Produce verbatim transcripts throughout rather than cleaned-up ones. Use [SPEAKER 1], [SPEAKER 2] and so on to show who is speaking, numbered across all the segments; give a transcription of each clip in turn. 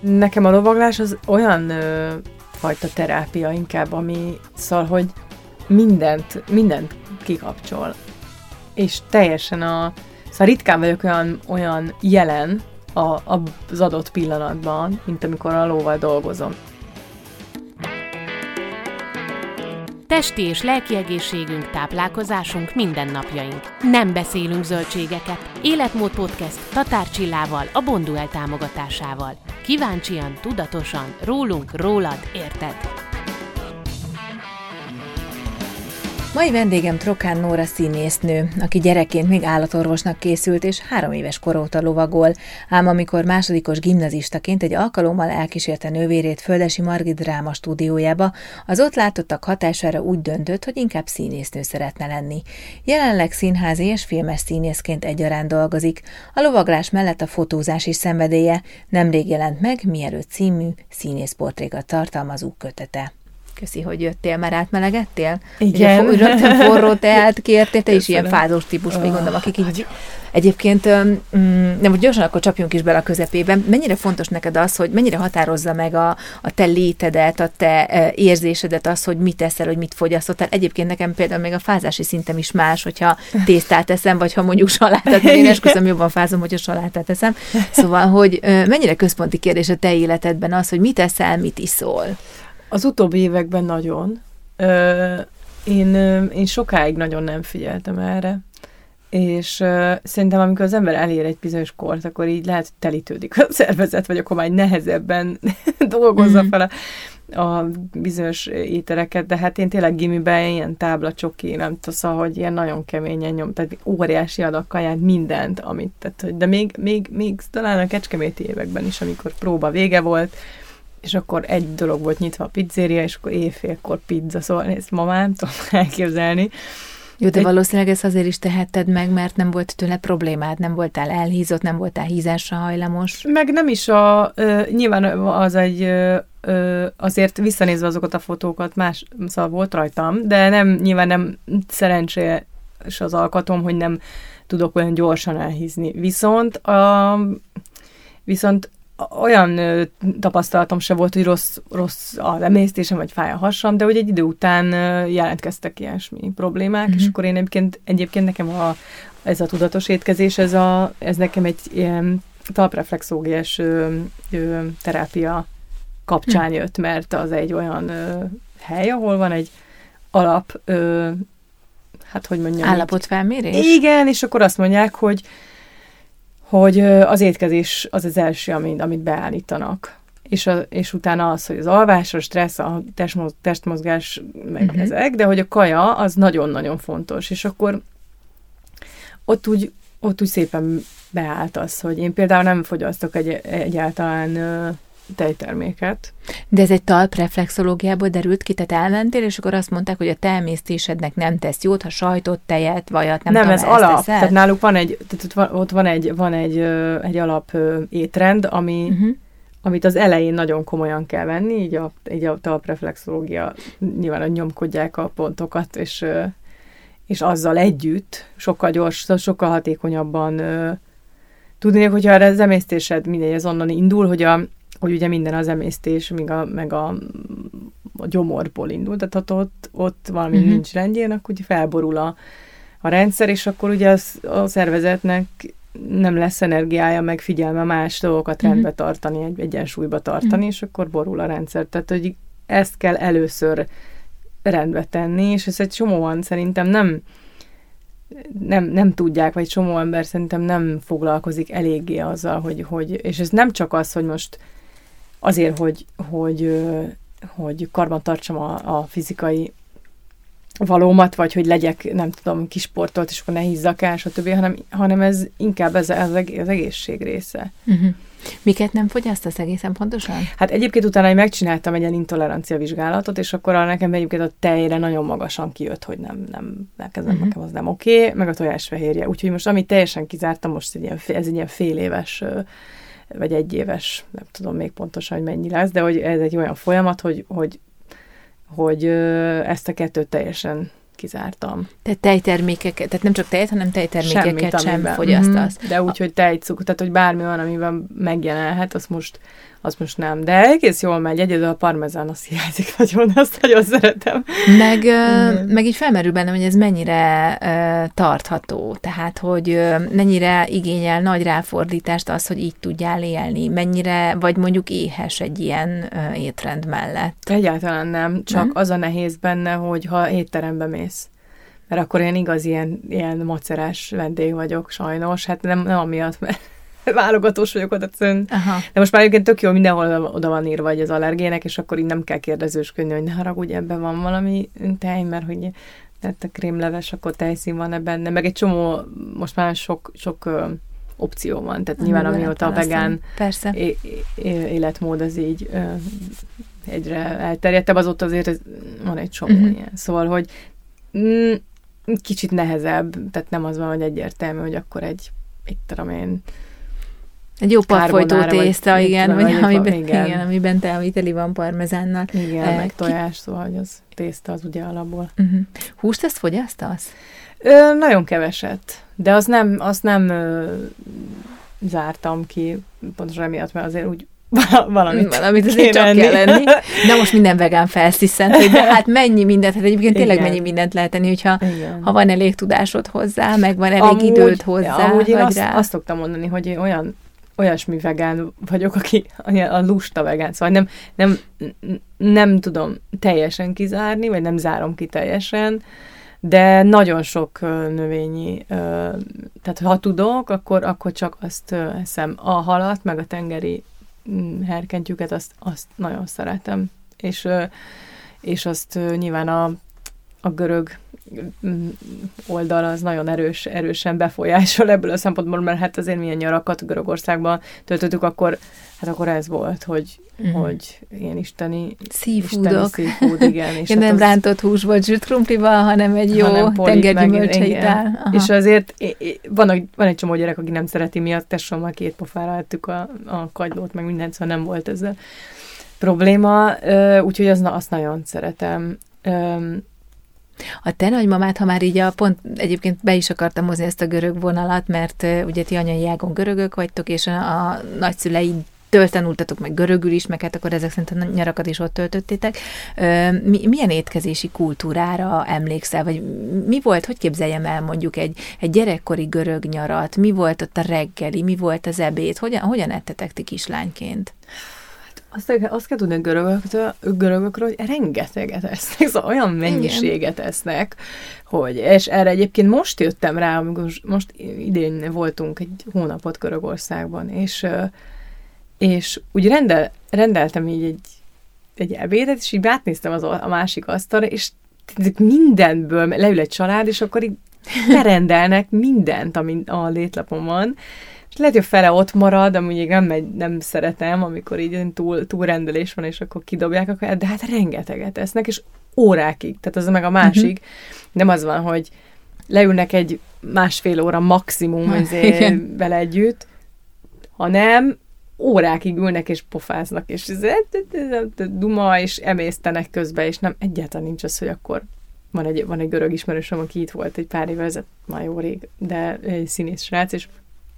[SPEAKER 1] Nekem a lovaglás az olyan ö, fajta terápia inkább, ami szól, hogy mindent, mindent kikapcsol. És teljesen a... Szóval ritkán vagyok olyan, olyan jelen a, az adott pillanatban, mint amikor a lóval dolgozom.
[SPEAKER 2] Testi és lelki egészségünk, táplálkozásunk, mindennapjaink. Nem beszélünk zöldségeket. Életmód Podcast Tatár Csillával, a Bonduel támogatásával. Kíváncsian, tudatosan, rólunk, rólad, érted.
[SPEAKER 3] Mai vendégem Trokán Nóra színésznő, aki gyerekként még állatorvosnak készült, és három éves kor óta lovagol, ám amikor másodikos gimnazistaként egy alkalommal elkísérte nővérét Földesi Margit dráma stúdiójába, az ott látottak hatására úgy döntött, hogy inkább színésznő szeretne lenni. Jelenleg színházi és filmes színészként egyaránt dolgozik. A lovaglás mellett a fotózás is szenvedélye. Nemrég jelent meg Mielőtt című színészportrékat tartalmazó kötete. Köszi, hogy jöttél, már átmelegettél?
[SPEAKER 1] Igen.
[SPEAKER 3] Ugye, rögtön forró teát kértél, te is ilyen fázós típus, még gondolom, akik így... Egyébként, nem, hogy gyorsan akkor csapjunk is bele a közepében. Mennyire fontos neked az, hogy mennyire határozza meg a, a te létedet, a te érzésedet az, hogy mit teszel, hogy mit fogyasztottál? Egyébként nekem például még a fázási szintem is más, hogyha tésztát eszem, vagy ha mondjuk salátát, én esküszöm, jobban fázom, hogyha salátát eszem. Szóval, hogy mennyire központi kérdés a te életedben az, hogy mit eszel, mit iszol?
[SPEAKER 1] Az utóbbi években nagyon. Ö, én, én sokáig nagyon nem figyeltem erre, és ö, szerintem amikor az ember elér egy bizonyos kort, akkor így lehet, hogy telítődik a szervezet, vagy akkor már nehezebben dolgozza mm. fel a, a bizonyos ételeket, de hát én tényleg gimiben ilyen tábla csoki, nem tudom, szóval, hogy ilyen nagyon keményen nyom, tehát óriási adag kaját, mindent, amit, tehát, de még, még, még talán a kecskeméti években is, amikor próba vége volt, és akkor egy dolog volt nyitva a pizzéria, és akkor éjfélkor pizza, szóval ezt ma már nem tudom elképzelni.
[SPEAKER 3] Jó, de
[SPEAKER 1] egy...
[SPEAKER 3] valószínűleg ezt azért is tehetted meg, mert nem volt tőle problémád, nem voltál elhízott, nem voltál hízásra hajlamos.
[SPEAKER 1] Meg nem is a, ö, nyilván az egy, ö, azért visszanézve azokat a fotókat, más szóval volt rajtam, de nem, nyilván nem szerencsés az alkatom, hogy nem tudok olyan gyorsan elhízni. Viszont a, viszont olyan ö, tapasztalatom se volt, hogy rossz, rossz a emésztésem, vagy fáj a hasam, de hogy egy idő után ö, jelentkeztek ilyesmi problémák, mm-hmm. és akkor én egyébként, egyébként nekem a, ez a tudatos étkezés, ez, a, ez nekem egy ilyen talpreflexológiás ö, ö, terápia kapcsán jött, mert az egy olyan ö, hely, ahol van egy alap, ö, hát hogy mondjam...
[SPEAKER 3] Állapotfelmérés?
[SPEAKER 1] Igen, és akkor azt mondják, hogy hogy az étkezés az az első, amit, amit beállítanak. És, a, és utána az, hogy az alvás, a stressz, a testmoz, testmozgás, meg uh-huh. ezek, de hogy a kaja az nagyon-nagyon fontos. És akkor ott úgy, ott úgy szépen beállt az, hogy én például nem fogyasztok egy, egyáltalán ö, tejterméket.
[SPEAKER 3] De ez egy talpreflexológiából derült ki, tehát elmentél, és akkor azt mondták, hogy a te emésztésednek nem tesz jót, ha sajtot, tejet, vajat, nem,
[SPEAKER 1] nem
[SPEAKER 3] tudom,
[SPEAKER 1] ez alap.
[SPEAKER 3] teszel?
[SPEAKER 1] Tehát náluk van egy, tehát ott van, ott van egy, van egy, egy alap étrend, ami, uh-huh. amit az elején nagyon komolyan kell venni, így a, így a talpreflexológia nyilván nyomkodják a pontokat, és, és azzal együtt sokkal gyors, sokkal hatékonyabban tudni, hogyha az emésztésed mindegy, az onnan indul, hogy a hogy ugye minden az emésztés, meg a, meg a, a gyomorból indul, tehát ott, ott, ott valami uh-huh. nincs rendjén, akkor ugye felborul a, a rendszer, és akkor ugye az, a szervezetnek nem lesz energiája, meg figyelme más dolgokat uh-huh. rendbe tartani, egy egyensúlyba tartani, uh-huh. és akkor borul a rendszer. Tehát, hogy ezt kell először rendbe tenni, és ez egy csomóan szerintem nem Nem, nem tudják, vagy csomó ember szerintem nem foglalkozik eléggé azzal, hogy, hogy és ez nem csak az, hogy most azért, hogy, hogy, hogy karban tartsam a, a fizikai valómat, vagy hogy legyek, nem tudom, kisportolt, és akkor ne hízzak el, stb., hanem, hanem ez inkább ez, ez az egészség része. Uh-huh.
[SPEAKER 3] Miket nem fogyasztasz egészen pontosan?
[SPEAKER 1] Hát egyébként utána megcsináltam egy ilyen intolerancia vizsgálatot, és akkor nekem egyébként a tejre nagyon magasan kijött, hogy nem, nem, nekem, uh-huh. nekem az nem oké, okay, meg a tojásfehérje. Úgyhogy most amit teljesen kizártam, most egy ilyen, ez egy ilyen fél éves, vagy egy éves, nem tudom még pontosan, hogy mennyi lesz, de hogy ez egy olyan folyamat, hogy, hogy, hogy ezt a kettőt teljesen kizártam.
[SPEAKER 3] Tehát tejtermékeket, tehát nem csak tejet, hanem tejtermékeket sem fogyasztasz.
[SPEAKER 1] Mm-hmm. De úgy, hogy tejcukor, tehát hogy bármi van, amiben megjelenhet, azt most azt most nem. De egész jól megy, egyedül a parmezán azt hiányzik nagyon, azt nagyon szeretem.
[SPEAKER 3] Meg, uh, meg így felmerül bennem, hogy ez mennyire uh, tartható, tehát, hogy uh, mennyire igényel nagy ráfordítást az, hogy így tudjál élni, mennyire, vagy mondjuk éhes egy ilyen uh, étrend mellett.
[SPEAKER 1] Egyáltalán nem, csak
[SPEAKER 3] nem?
[SPEAKER 1] az a nehéz benne, hogy ha étterembe mész, mert akkor én igaz ilyen, ilyen macerás vendég vagyok sajnos, hát nem, nem amiatt, mert válogatós vagyok oda szön. De most már egyébként tök jó, mindenhol oda van írva, hogy az allergének, és akkor így nem kell kérdezősködni, hogy ne haragudj, ebben van valami tej, mert hogy tehát a krémleves, akkor tejszín van-e benne, meg egy csomó, most már sok, sok ö, opció van, tehát nyilván amióta a vegán é- é- életmód az így ö, egyre elterjedtebb, azóta azért ez, van egy csomó uh-huh. ilyen. Szóval, hogy mm, kicsit nehezebb, tehát nem az van, hogy egyértelmű, hogy akkor egy, itt tudom én,
[SPEAKER 3] egy jó papfojtó tészta, igen, vagy,
[SPEAKER 1] vagy
[SPEAKER 3] amiben,
[SPEAKER 1] igen.
[SPEAKER 3] igen, amiben te, ami teli van parmezánnal.
[SPEAKER 1] Igen, uh, meg tojás, ki... szóval, hogy az tészta az ugye alapból.
[SPEAKER 3] Uh-huh. Húst ezt fogyasztasz?
[SPEAKER 1] Ö, nagyon keveset, de azt nem, azt nem ö, zártam ki, pontosan emiatt, mert azért úgy valamit,
[SPEAKER 3] valamit azért csak kell lenni. De most minden vegán felsziszent, de hát mennyi mindent, hát egyébként tényleg igen. mennyi mindent lehet tenni, hogyha ha van elég tudásod hozzá, meg van elég amúgy, időd hozzá.
[SPEAKER 1] Amúgy én azt, azt szoktam mondani, hogy én olyan olyasmi vegán vagyok, aki a lusta vegán, szóval nem, nem, nem tudom teljesen kizárni, vagy nem zárom ki teljesen, de nagyon sok növényi, tehát ha tudok, akkor, akkor csak azt eszem. A halat, meg a tengeri herkentyűket, azt, azt nagyon szeretem. És, és azt nyilván a, a görög oldal az nagyon erős, erősen befolyásol ebből a szempontból, mert hát azért milyen nyarakat Görögországban töltöttük, akkor, hát akkor ez volt, hogy, mm. hogy ilyen isteni
[SPEAKER 3] seafoodok.
[SPEAKER 1] Seafood, igen. És
[SPEAKER 3] hát nem az, rántott húsból, zsűrt krumplival, hanem egy jó tengergyümölcseitál.
[SPEAKER 1] És azért van, van egy csomó gyerek, aki nem szereti miatt, tesommal két pofára ettük a, a kagylót, meg mindent, szóval nem volt ezzel probléma, úgyhogy az, azt nagyon szeretem.
[SPEAKER 3] A te nagymamát, ha már így a pont, egyébként be is akartam hozni ezt a görög vonalat, mert uh, ugye ti anyai ágon görögök vagytok, és a, a nagyszüleitől tanultatok meg görögül is, meg hát akkor ezek szerint a nyarakat is ott töltöttétek. Uh, mi, milyen étkezési kultúrára emlékszel, vagy mi volt, hogy képzeljem el mondjuk egy, egy gyerekkori görög nyarat, mi volt ott a reggeli, mi volt az ebéd, hogyan, hogyan ettetek ti kislányként?
[SPEAKER 1] Azt, azt kell tudni a görögöktől, görögökről, hogy rengeteget esznek, szóval olyan mennyiséget igen. esznek, hogy, és erre egyébként most jöttem rá, amikor most idén voltunk egy hónapot Görögországban, és, és úgy rendel, rendeltem így egy, egy ebédet, és így átnéztem az, a másik asztalra, és mindenből leül egy család, és akkor így berendelnek mindent, ami a létlapon van. Lehet, hogy fele ott marad, amúgy nem, megy, nem szeretem, amikor így túl, túlrendelés van, és akkor kidobják, akkor, de hát rengeteget esznek, és órákig. Tehát az meg a másik. Uh-huh. Nem az van, hogy leülnek egy másfél óra maximum vele együtt, hanem órákig ülnek és pofáznak, és ez duma, és emésztenek közben, és nem egyáltalán nincs az, hogy akkor van egy, van egy görög ismerősöm, aki itt volt egy pár évvel ezelőtt, már jó rég, de egy színész srác, és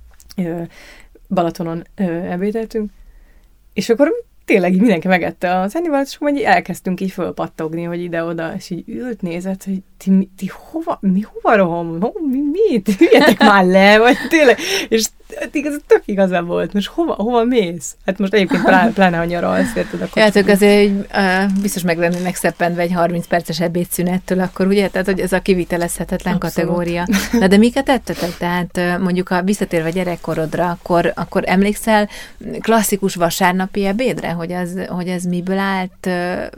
[SPEAKER 1] Balatonon ebédeltünk, és akkor tényleg így mindenki megette az ennivalat, és akkor így elkezdtünk így fölpattogni, hogy ide-oda, és így ült, nézett, hogy ti, ti hova, mi hova roham, ho, mi, mit, hülyetek már le, vagy tényleg, és igaz, tök igazán volt, most hova, hova mész? Hát most egyébként plá, pláne a nyaralsz, érted? Akkor
[SPEAKER 3] játok azért, hogy uh, biztos meg lennének szeppendve egy harminc perces ebédszünettől, akkor ugye, tehát hogy ez a kivitelezhetetlen abszolút kategória. Na de miket ettetek? Tehát mondjuk, ha visszatérve gyerekkorodra, akkor, akkor emlékszel klasszikus vasárnapi ebédre, hogy, az, hogy ez miből állt,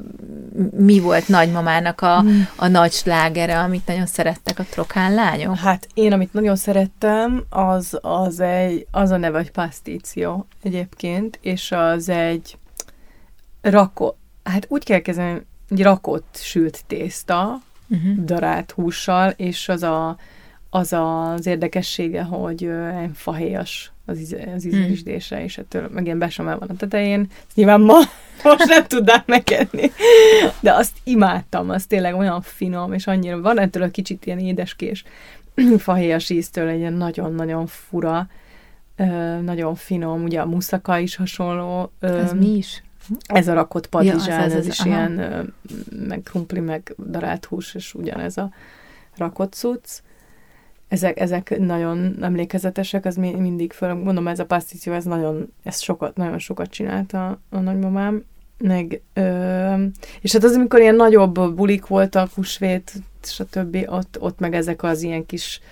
[SPEAKER 3] mi volt nagymamának a, hmm. a nagy slágere, amit nagyon szerettek a trokán lányok? Hát
[SPEAKER 1] én, amit nagyon szerettem, az, az egy, az a neve, hogy pastíció egyébként, és az egy rakott, hát úgy kell kezdeni, egy rakott sült tészta, uh-huh. darált hússal, és az a, az, az érdekessége, hogy uh, fahéjas az, íz, az ízlésdése, hmm. és ettől meg ilyen besomel van a tetején. Nyilván ma most nem tudnám megenni, de azt imádtam, az tényleg olyan finom, és annyira van ettől a kicsit ilyen édeskés fahéjas íztől egy ilyen nagyon-nagyon fura, ö, nagyon finom, ugye a muszaka is hasonló. Ö,
[SPEAKER 3] ez mi is?
[SPEAKER 1] Ez a rakott padlizsán, ja, ez, ez, ez is aha. ilyen, ö, meg krumpli, meg darált hús, és ugyanez a rakott cucc. Ezek, ezek nagyon emlékezetesek, az mindig föl, mondom, ez a pasticcio, ez nagyon, ez sokat, nagyon sokat csinálta a nagymamám, meg, ö, és hát az, amikor ilyen nagyobb bulik voltak, húsvét, stb., ott, ott meg ezek az ilyen kis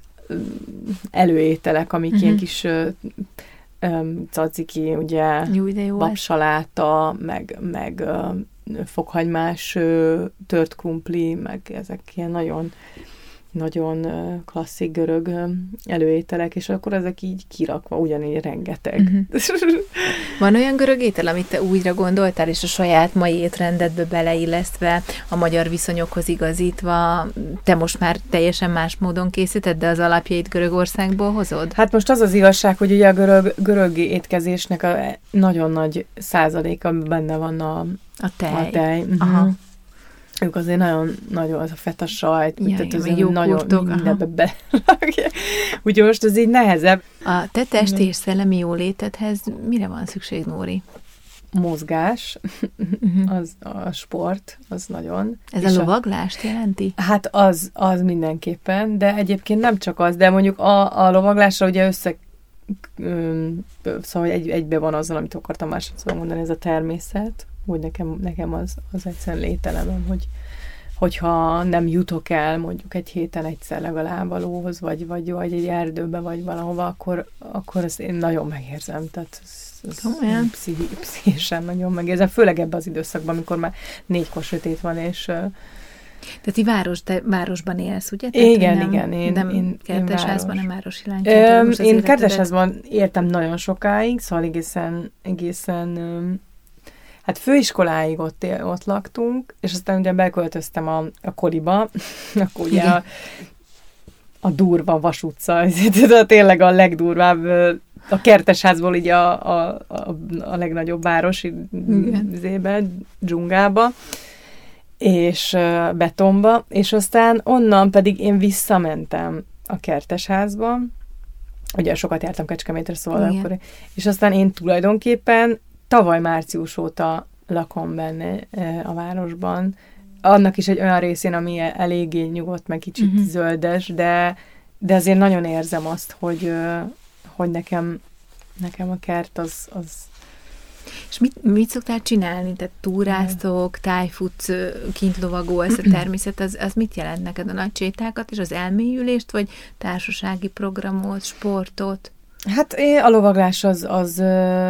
[SPEAKER 1] előételek, amik uh-huh. ilyen kis ö, ö, caciki, ugye, babsaláta, meg, meg ö, fokhagymás ö, tört krumpli, meg ezek ilyen nagyon nagyon klasszik görög előételek, és akkor ezek így kirakva, ugyanígy rengeteg. Uh-huh.
[SPEAKER 3] Van olyan görög étel, amit te újra gondoltál, és a saját mai étrendedbe beleillesztve, a magyar viszonyokhoz igazítva, te most már teljesen más módon készíted, de az alapjait Görögországból hozod? Hát
[SPEAKER 1] most az az igazság, hogy ugye a görög, görög étkezésnek a nagyon nagy százaléka benne van a,
[SPEAKER 3] a tej.
[SPEAKER 1] A tej. Uh-huh. Aha. Ők azért nagyon, nagyon, az a feta sajt,
[SPEAKER 3] ja,
[SPEAKER 1] tehát
[SPEAKER 3] igen,
[SPEAKER 1] az nagyon kurtok, mindenbe berakja. Úgyhogy most az így nehezebb.
[SPEAKER 3] A te testi és szellemi jólétedhez mire van szükség, Nóri?
[SPEAKER 1] Mozgás, uh-huh. az a sport, az nagyon.
[SPEAKER 3] Ez és a lovaglást jelenti?
[SPEAKER 1] Hát az, az mindenképpen, de egyébként nem csak az, de mondjuk a, a lovaglásra ugye össze, öm, szóval egy, egybe van azzal, amit akartam másodszor mondani, ez a természet, hogy nekem, nekem az, az egyszerűen lételemem, hogy, hogyha nem jutok el mondjuk egy héten egyszer legalább a lóhoz, vagy, vagy, vagy egy erdőbe, vagy valahova, akkor, akkor ezt én nagyon megérzem. Tehát ez, ez pszichi, pszichésen nagyon megérzem, főleg ebben az időszakban, amikor már négykor sötét van, és...
[SPEAKER 3] Tehát ti város, te városban élsz, ugye?
[SPEAKER 1] Tehát igen, nem, igen. Én,
[SPEAKER 3] nem
[SPEAKER 1] én,
[SPEAKER 3] kertesházban, nem városi lány.
[SPEAKER 1] Én kertesházban éltem nagyon sokáig, szóval egészen, egészen hát főiskoláig ott, él, ott laktunk, és aztán ugye beköltöztem a, a koliba, akkor ugye a, a durva Vas utca, tényleg a legdurvább, a kertesházból így a, a, a, a legnagyobb városi zébe, dzsungába, és betonba, és aztán onnan pedig én visszamentem a kertesházba, ugye sokat jártam Kecskemétre, szóval igen. Akkor, és aztán én tulajdonképpen tavaly március óta lakom benne a városban. Annak is egy olyan részén, ami eléggé nyugodt, meg kicsit uh-huh. zöldes, de, de azért nagyon érzem azt, hogy, hogy nekem, nekem a kert az... az...
[SPEAKER 3] És mit, mit szoktál csinálni? Tehát túráztok, tájfutsz, kint lovagolsz, a természet, az, az mit jelent neked? A nagy sétákat és az elmélyülést, vagy társasági programot, sportot?
[SPEAKER 1] Hát én, a lovaglás az... az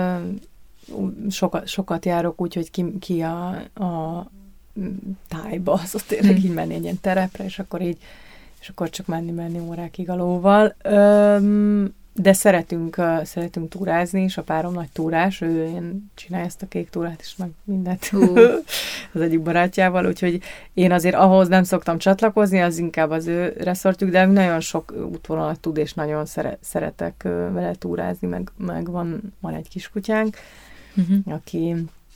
[SPEAKER 1] Sokat, sokat járok úgy, hogy ki, ki a, a tájba, az ott tényleg hmm. így menni egy ilyen terepre, és akkor így, és akkor csak menni-menni órákig a lóval. Öm, de szeretünk, szeretünk túrázni, és a párom nagy túrás, ő én csinálja ezt a kék túrát is, meg mindent uh. az egyik barátjával, úgyhogy én azért ahhoz nem szoktam csatlakozni, az inkább az ő reszortjuk, de nagyon sok útvonalat tud, és nagyon szere, szeretek vele túrázni, meg, meg van, van egy kiskutyánk, uh-huh. aki,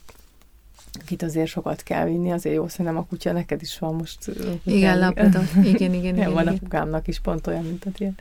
[SPEAKER 1] akit azért sokat kell vinni, azért jó, szerintem a kutya neked is van most.
[SPEAKER 3] Igen, Labrador. Igen, igen, igen.
[SPEAKER 1] igen van igen. A kukámnak is pont olyan, mint a tiéd.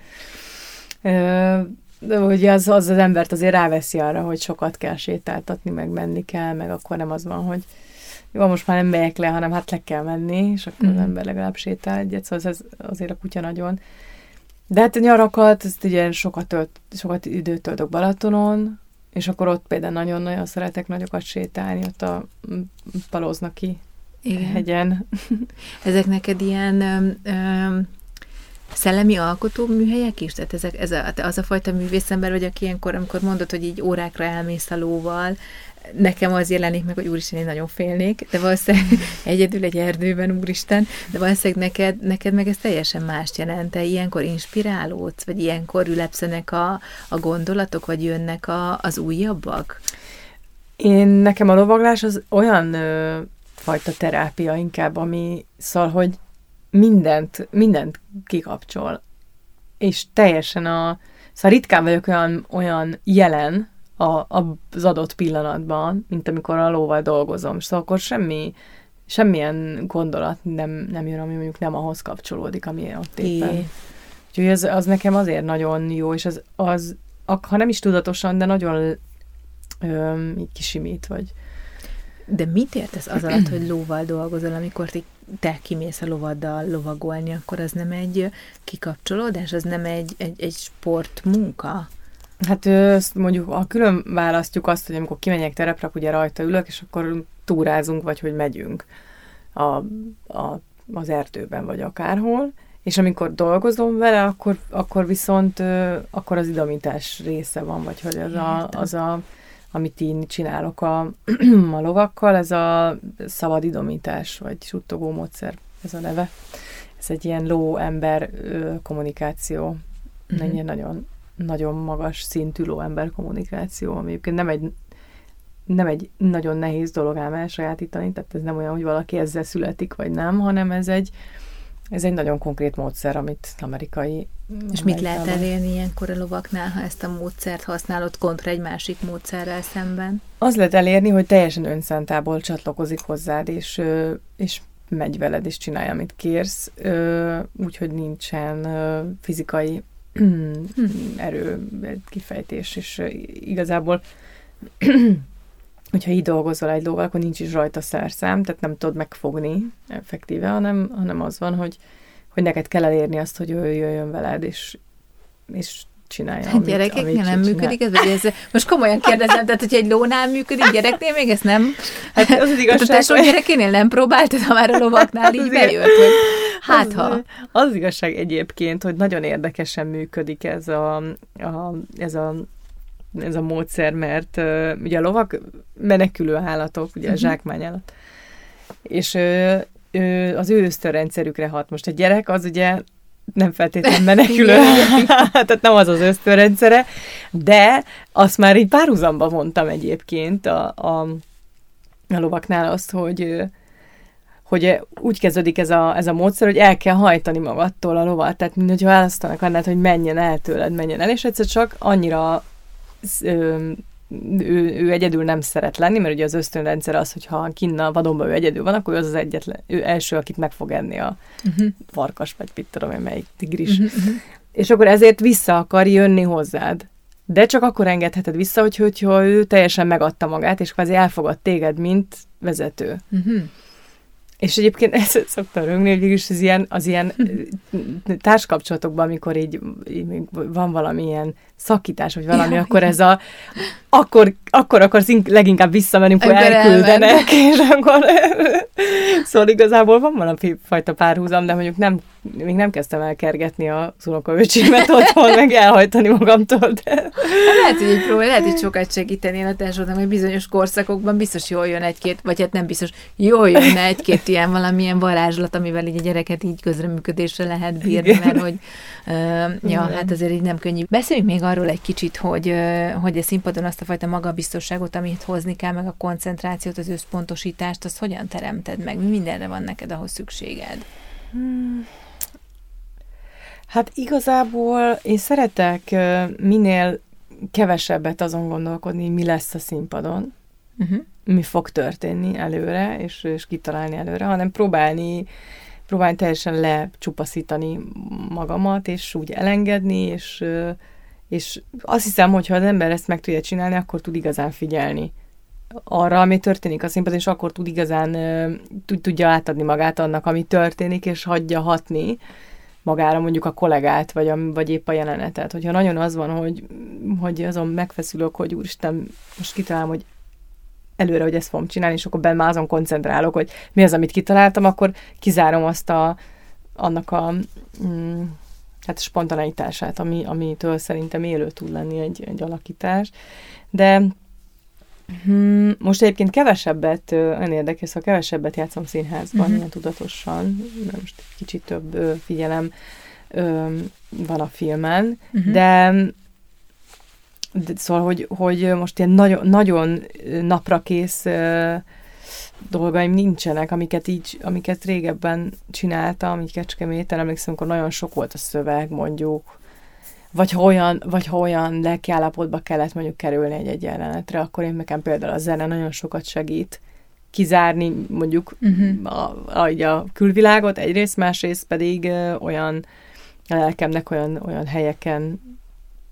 [SPEAKER 1] De ugye az, az az embert azért ráveszi arra, hogy sokat kell sétáltatni, meg menni kell, meg akkor nem az van, hogy jó, most már nem megyek le, hanem hát le kell menni, és akkor mm. az ember legalább sétál egyet, szóval ez azért a kutya nagyon. De hát a nyarakat, ezt ugye sokat, tölt, sokat időt töltök Balatonon, és akkor ott például nagyon-nagyon szeretek nagyokat sétálni, ott a Palóznaki hegyen.
[SPEAKER 3] Ezek neked ilyen... Öm, öm, szellemi alkotó műhelyek is? Tehát ezek, ez a, az a fajta művészember vagy, aki ilyenkor, amikor mondod, hogy így órákra elmész a lóval, nekem az jelenik meg, hogy úristen, én nagyon félnék, de valószínűleg egyedül egy erdőben, úristen, de valószínűleg neked, neked meg ez teljesen mást jelent. Te ilyenkor inspirálódsz, vagy ilyenkor ülepszenek a, a gondolatok, vagy jönnek a, az újabbak?
[SPEAKER 1] Én, nekem a lovaglás az olyan ö, fajta terápia inkább, ami szól, hogy mindent, mindent kikapcsol. És teljesen a... Szóval ritkán vagyok olyan, olyan jelen a, a, az adott pillanatban, mint amikor a lóval dolgozom. Szóval akkor semmi, semmilyen gondolat nem, nem jön, ami mondjuk nem ahhoz kapcsolódik, ami ott éppen. Úgyhogy az, az nekem azért nagyon jó, és az, az ha nem is tudatosan, de nagyon ö, így kisimít, vagy...
[SPEAKER 3] De mit értesz az alatt, hogy lóval dolgozol, amikor te, te kimész a lovaddal lovagolni, akkor az nem egy kikapcsolódás, az nem egy, egy, egy sportmunka?
[SPEAKER 1] Hát ezt mondjuk, ha külön választjuk azt, hogy amikor kimegyek terepre, akkor ugye rajta ülök, és akkor túrázunk, vagy hogy megyünk a, a, az erdőben, vagy akárhol, és amikor dolgozom vele, akkor, akkor viszont akkor az idomítás része van, vagy hogy az a, az a amit én csinálok a, a lovakkal, ez a szabad idomítás, vagy suttogó módszer, ez a neve. Ez egy ilyen ló-ember kommunikáció. Mm-hmm. Egy nagyon, nagyon magas szintű ló-ember kommunikáció, ami egyébként nem egy, nem egy nagyon nehéz dolog ám elsajátítani, tehát ez nem olyan, hogy valaki ezzel születik, vagy nem, hanem ez egy, ez egy nagyon konkrét módszer, amit amerikai...
[SPEAKER 3] És mit lehet elérni ilyenkor a lovaknál, ha ezt a módszert használod kontra egy másik módszerrel szemben?
[SPEAKER 1] Az lehet elérni, hogy teljesen önszántából csatlakozik hozzád, és, és megy veled, és csinálja, amit kérsz, úgyhogy nincsen fizikai erő, kifejtés, és igazából hogyha így dolgozol egy lóval, akkor nincs is rajta szerszám, tehát nem tudod megfogni effektíve, hanem, hanem az van, hogy, hogy neked kell elérni azt, hogy ő jöjjön veled, és, és csinálja,
[SPEAKER 3] hát amit, gyerekeknél nem működik ez, vagy ez? Most komolyan kérdezem, tehát hogyha egy lónál működik, gyereknél még ezt nem? Hát az, az igazság. Tehát a tesó gyerekénél nem próbáltad, ha már a lovaknál így bejött, hogy hát
[SPEAKER 1] az,
[SPEAKER 3] ha.
[SPEAKER 1] Az igazság egyébként, hogy nagyon érdekesen működik ez a, a, ez a ez a módszer, mert uh, ugye a lovak menekülő állatok, ugye uh-huh. a zsákmányállat, és uh, uh, az ő ösztönrendszerükre hat. Most a gyerek az ugye nem feltétlenül menekülő, tehát nem az az ösztönrendszere, de azt már így párhuzamba mondtam egyébként a, a, a lovaknál azt, hogy hogy úgy kezdődik ez a, ez a módszer, hogy el kell hajtani magadtól a lovat, tehát mintha választanak annál, hogy menjen el tőled, menjen el, és egyszer csak annyira Ő, ő, ő egyedül nem szeret lenni, mert ugye az ösztönrendszer az, hogyha kinn a vadonban ő egyedül van, akkor ő az az egyetlen, ő első, akit meg fog enni a uh-huh. farkas, vagy mit tudom én, melyik tigris. Uh-huh. És akkor ezért vissza akar jönni hozzád. De csak akkor engedheted vissza, hogy, hogyha ő teljesen megadta magát, és kvázi elfogad téged, mint vezető. Uh-huh. És egyébként ezt szoktam rögni, hogy is az ilyen, az ilyen társkapcsolatokban, amikor így, így van valamilyen szakítás, vagy valami, ja, akkor ez a akkor, akkor akarsz leginkább visszamenni, amikor elküldenek, és akkor szóval igazából van valami fajta párhuzam, de mondjuk nem, még nem kezdtem el kergetni az unokaöcsémet otthon, meg elhajtani magamtól, de...
[SPEAKER 3] Lehet, hogy így próbál, lehet, hogy sokat segítenél a társadalom, hogy bizonyos korszakokban biztos jól jön egy-két, vagy hát nem biztos, jól jön egy-két ilyen valamilyen varázslat, amivel így a gyereket így közreműködésre lehet bírni, mert hogy uh, ja, hát azért így nem könnyű. Beszéljünk még arról egy kicsit, hogy, uh, hogy a színpadon azt a fajta magabiztosságot, amit hozni kell, meg a koncentrációt, az összpontosítást, azt hogyan teremted meg? Mi mindenre van neked ahhoz szükséged?
[SPEAKER 1] Hmm. Hát igazából én szeretek uh, minél kevesebbet azon gondolkodni, mi lesz a színpadon, uh-huh. mi fog történni előre, és, és kitalálni előre, hanem próbálni, próbálni teljesen lecsupaszítani magamat, és úgy elengedni, és, és azt hiszem, hogy ha az ember ezt meg tudja csinálni, akkor tud igazán figyelni arra, ami történik a színpadon, és akkor tud igazán tudja átadni magát annak, ami történik, és hagyja hatni magára mondjuk a kollégát, vagy, a, vagy épp a jelenetet. Hogyha nagyon az van, hogy, hogy azon megfeszülök, hogy úristen, most kitalálom, hogy előre, hogy ezt fogom csinálni, és akkor benn már azon koncentrálok, hogy mi az, amit kitaláltam, akkor kizárom azt a, annak a mm, hát spontaneitását, ami, amitől szerintem élő tud lenni egy, egy alakítás. De Hmm, most egyébként kevesebbet, olyan érdekes, szóval kevesebbet játszom színházban, uh-huh. ilyen tudatosan, most egy kicsit több ö, figyelem ö, van a filmen, uh-huh. de, de szóval, hogy, hogy most ilyen nagyon, nagyon naprakész ö, dolgaim nincsenek, amiket így, amiket régebben csináltam, így Kecskeméten, emlékszem, amikor nagyon sok volt a szöveg, mondjuk, Vagy ha, olyan, vagy ha olyan lelkiállapotba kellett mondjuk kerülni egy-egy jelenetre, akkor én nekem például a zene nagyon sokat segít kizárni mondjuk uh-huh. a, a, a külvilágot egyrészt, másrészt pedig ö, olyan a lelkemnek olyan, olyan helyeken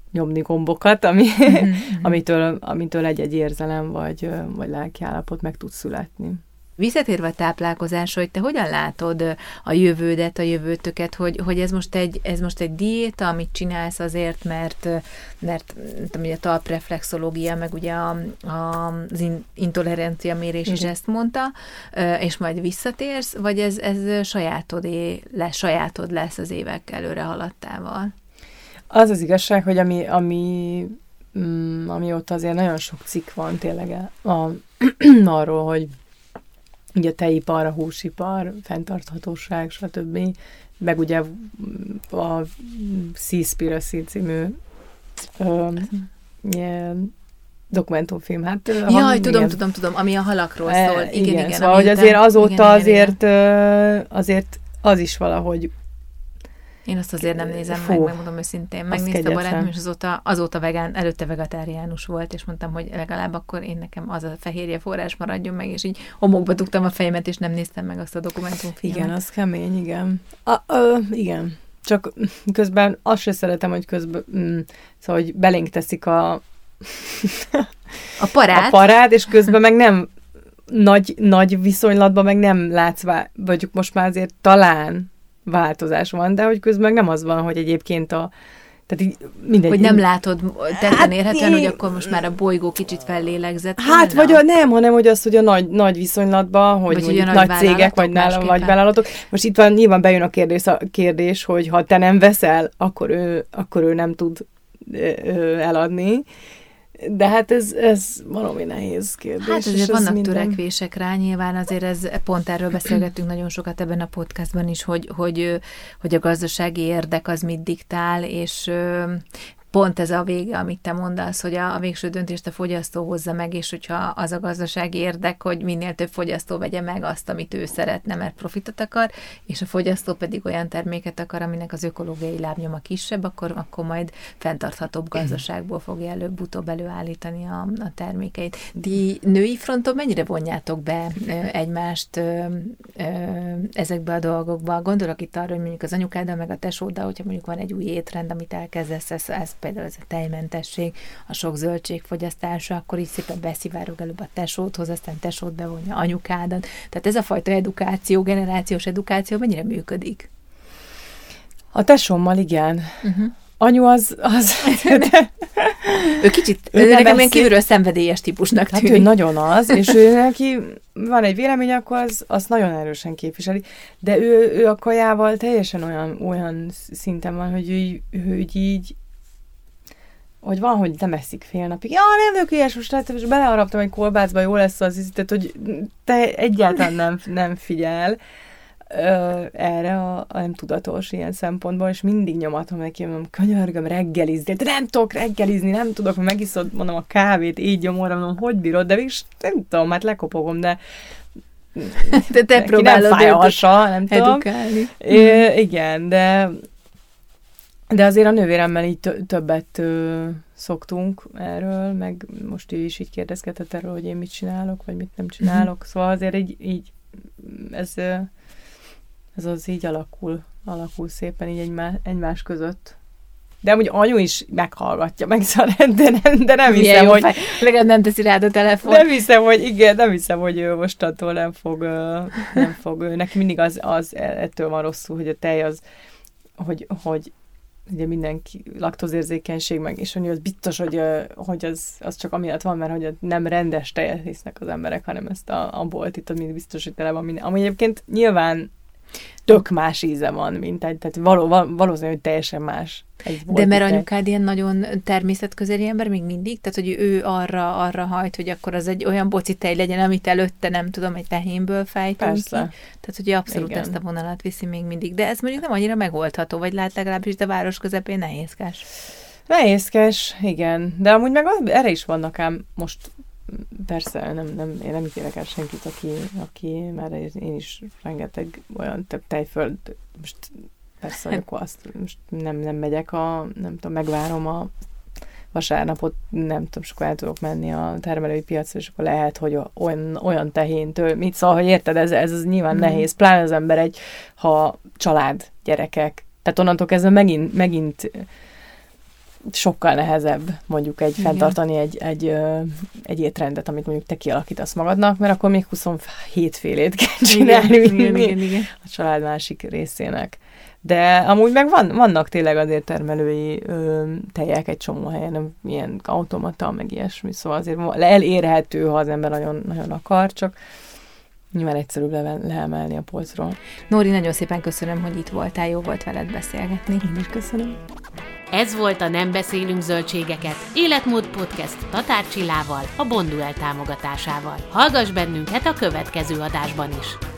[SPEAKER 1] nyomni gombokat, ami, amitől, amitől egy-egy érzelem vagy, vagy lelkiállapot meg tud születni.
[SPEAKER 3] Visszatérve a táplálkozásra, hogy te hogyan látod a jövődet, a jövőtöket, hogy, hogy ez, most egy, ez most egy diéta, amit csinálsz azért, mert, mert ugye a talpreflexológia, meg ugye a, a, az intolerancia mérés is ezt mondta, és majd visszatérsz, vagy ez, ez sajátodé lesz, sajátod lesz az évek előre haladtával?
[SPEAKER 1] Az az igazság, hogy ami, ami, mm, amióta azért nagyon sok cikk van tényleg a, arról, hogy ugye a tejipar, a húsipar, fenntarthatóság, stb. Meg ugye a Seaspiracy című ö, ilyen dokumentumfilm. Hát,
[SPEAKER 3] Jaj, ha, tudom, igen. tudom, tudom, ami a halakról szól. Igen, igen. igen
[SPEAKER 1] szóval, hogy azért azóta igen, azért, igen. azért az is valahogy
[SPEAKER 3] én azt azért nem nézem Fú, meg, megmondom őszintén. Megnézte a barátom, és azóta, azóta vegán, előtte vegetáriánus volt, és mondtam, hogy legalább akkor én nekem az a fehérje forrás maradjon meg, és így homokba dugtam a fejemet, és nem néztem meg azt a dokumentumfilmet.
[SPEAKER 1] Igen, az kemény, igen. A, ö, igen. Csak közben azt se szeretem, hogy közben, mm, szóval, hogy belénk teszik a
[SPEAKER 3] a parát,
[SPEAKER 1] a parát, és közben meg nem nagy, nagy viszonylatban meg nem látsz, vagy most már azért talán változás van, de hogy közben nem az van, hogy egyébként a tehát így mindegy.
[SPEAKER 3] Hogy nem látod tetten hát érhetően, hogy akkor most már a bolygó kicsit fellélegzett.
[SPEAKER 1] Hát, vagy a, nem, hanem hogy az, hogy a nagy, nagy viszonylatban, hogy mondjuk nagy, nagy cégek, vagy nálam, vagy vállalatok. Most itt van, nyilván bejön a kérdés, a kérdés, hogy ha te nem veszel, akkor ő, akkor ő nem tud ö, eladni. De hát ez, ez valami nehéz kérdés.
[SPEAKER 3] Hát azért vannak minden... törekvések rá, nyilván azért ez, pont erről beszélgettünk nagyon sokat ebben a podcastban is, hogy, hogy, hogy a gazdasági érdek az mit diktál, és pont ez a vége, amit te mondasz, hogy a, a végső döntést a fogyasztó hozza meg, és hogyha az a gazdasági érdek, hogy minél több fogyasztó vegye meg azt, amit ő szeretne, mert profitot akar, és a fogyasztó pedig olyan terméket akar, aminek az ökológiai lábnyoma kisebb, akkor, akkor majd fenntarthatóbb gazdaságból fogja előbb-utóbb előállítani a, a termékeit. Ti női fronton mennyire vonjátok be egymást ö, ö, ezekbe a dolgokba? Gondolok itt arra, hogy mondjuk az anyukáddal, meg a tesóddal, hogyha mondjuk van egy új étrend, amit elkezdesz, ez, ez például ez a tejmentesség, a sok zöldség fogyasztása, akkor így szépen beszivárog előbb a tesódhoz, aztán tesód bevonja anyukádat. Tehát ez a fajta edukáció, generációs edukáció mennyire működik?
[SPEAKER 1] A tesómmal igen. Uh-huh. Anyu az... az
[SPEAKER 3] ő kicsit, ő nekem ilyen kívülről szenvedélyes típusnak tűnik.
[SPEAKER 1] Hát ő nagyon az, és ő neki van egy vélemény, akkor az, azt nagyon erősen képviseli, de ő, ő a kajával teljesen olyan, olyan szinten van, hogy ő, ő így hogy van, hogy nem eszik fél napig. Ja, nem vagyok ilyes, most láttam, és beleharaptam egy kolbászba, jó lesz az íz, tehát, hogy te egyáltalán nem, nem figyel ö, erre a, a nem tudatos ilyen szempontból, és mindig nyomatom neki, mondom, könyörgöm, reggelizni, de nem tudok reggelizni, nem tudok, megiszod, mondom, a kávét, így gyomorra, mondom, hogy bírod, de mégis nem tudom, hát lekopogom, de
[SPEAKER 3] de te próbálod
[SPEAKER 1] nem fáj a hasa, nem
[SPEAKER 3] edukálni.
[SPEAKER 1] tudom. É, igen, de De azért a nővéremmel így többet ö, szoktunk erről, meg most ő is így kérdezgetett erről, hogy én mit csinálok, vagy mit nem csinálok. Mm-hmm. Szóval azért így, így ez, ez az így alakul, alakul szépen így egymás, egymás között. De amúgy anyu is meghallgatja meg, szóval, de nem, de nem hiszem, hogy...
[SPEAKER 3] Legalább nem teszi rád a telefon.
[SPEAKER 1] Nem hiszem, hogy igen, nem hiszem, hogy ő mostantól nem fog, nem fog, neki mindig az, az ettől van rosszul, hogy a tej az, hogy, hogy ugye mindenki laktózérzékenység meg, és hogy az biztos, hogy, hogy az, az csak amiatt van, mert hogy nem rendes tejet hisznek az emberek, hanem ezt a, a boltit, ami biztos, hogy tele van minden. Ami egyébként nyilván tök más íze van, mint egy, tehát való, valószínűleg, hogy teljesen más.
[SPEAKER 3] De mert anyukád ilyen nagyon természetközeli ember még mindig? Tehát, hogy ő arra, arra hajt, hogy akkor az egy olyan boci tej legyen, amit előtte, nem tudom, egy tehénből fejtünk ki. Tehát, hogy abszolút igen. Ezt a vonalat viszi még mindig. De ez mondjuk nem annyira megoldható, vagy lát legalábbis a város közepén nehézkes.
[SPEAKER 1] Nehézkes, igen. De amúgy meg erre is vannak ám most persze, nem, nem, én nem ítélek el senkit, aki, aki már én is rengeteg olyan több tejföld, most persze, hogy akkor azt most nem, nem megyek a, nem tudom, megvárom a vasárnapot, nem tudom, sokkal el tudok menni a termelői piacra, és akkor lehet, hogy olyan, olyan tehéntől, mit szóval, hogy érted, ez, ez, ez nyilván mm. nehéz, pláne az ember egy, ha család, gyerekek, tehát onnantól kezdve megint, megint sokkal nehezebb mondjuk egy fenntartani egy, egy, egy étrendet, amit mondjuk te kialakítasz magadnak, mert akkor még huszonhét félét kell csinálni
[SPEAKER 3] igen, igen, igen, igen.
[SPEAKER 1] a család másik részének. De amúgy meg van, vannak tényleg azért termelői ö, tejek egy csomó helyen, nem ilyen automata, meg ilyesmi, szóval azért elérhető, ha az ember nagyon, nagyon akar, csak nyilván egyszerűbb le- leemelni a polcról.
[SPEAKER 3] Nóri, nagyon szépen köszönöm, hogy itt voltál, jó volt veled beszélgetni.
[SPEAKER 1] Én is köszönöm.
[SPEAKER 2] Ez volt a Nem beszélünk zöldségeket, Életmód Podcast Tatár Csillával, a Bonduel támogatásával. Hallgass bennünket a következő adásban is!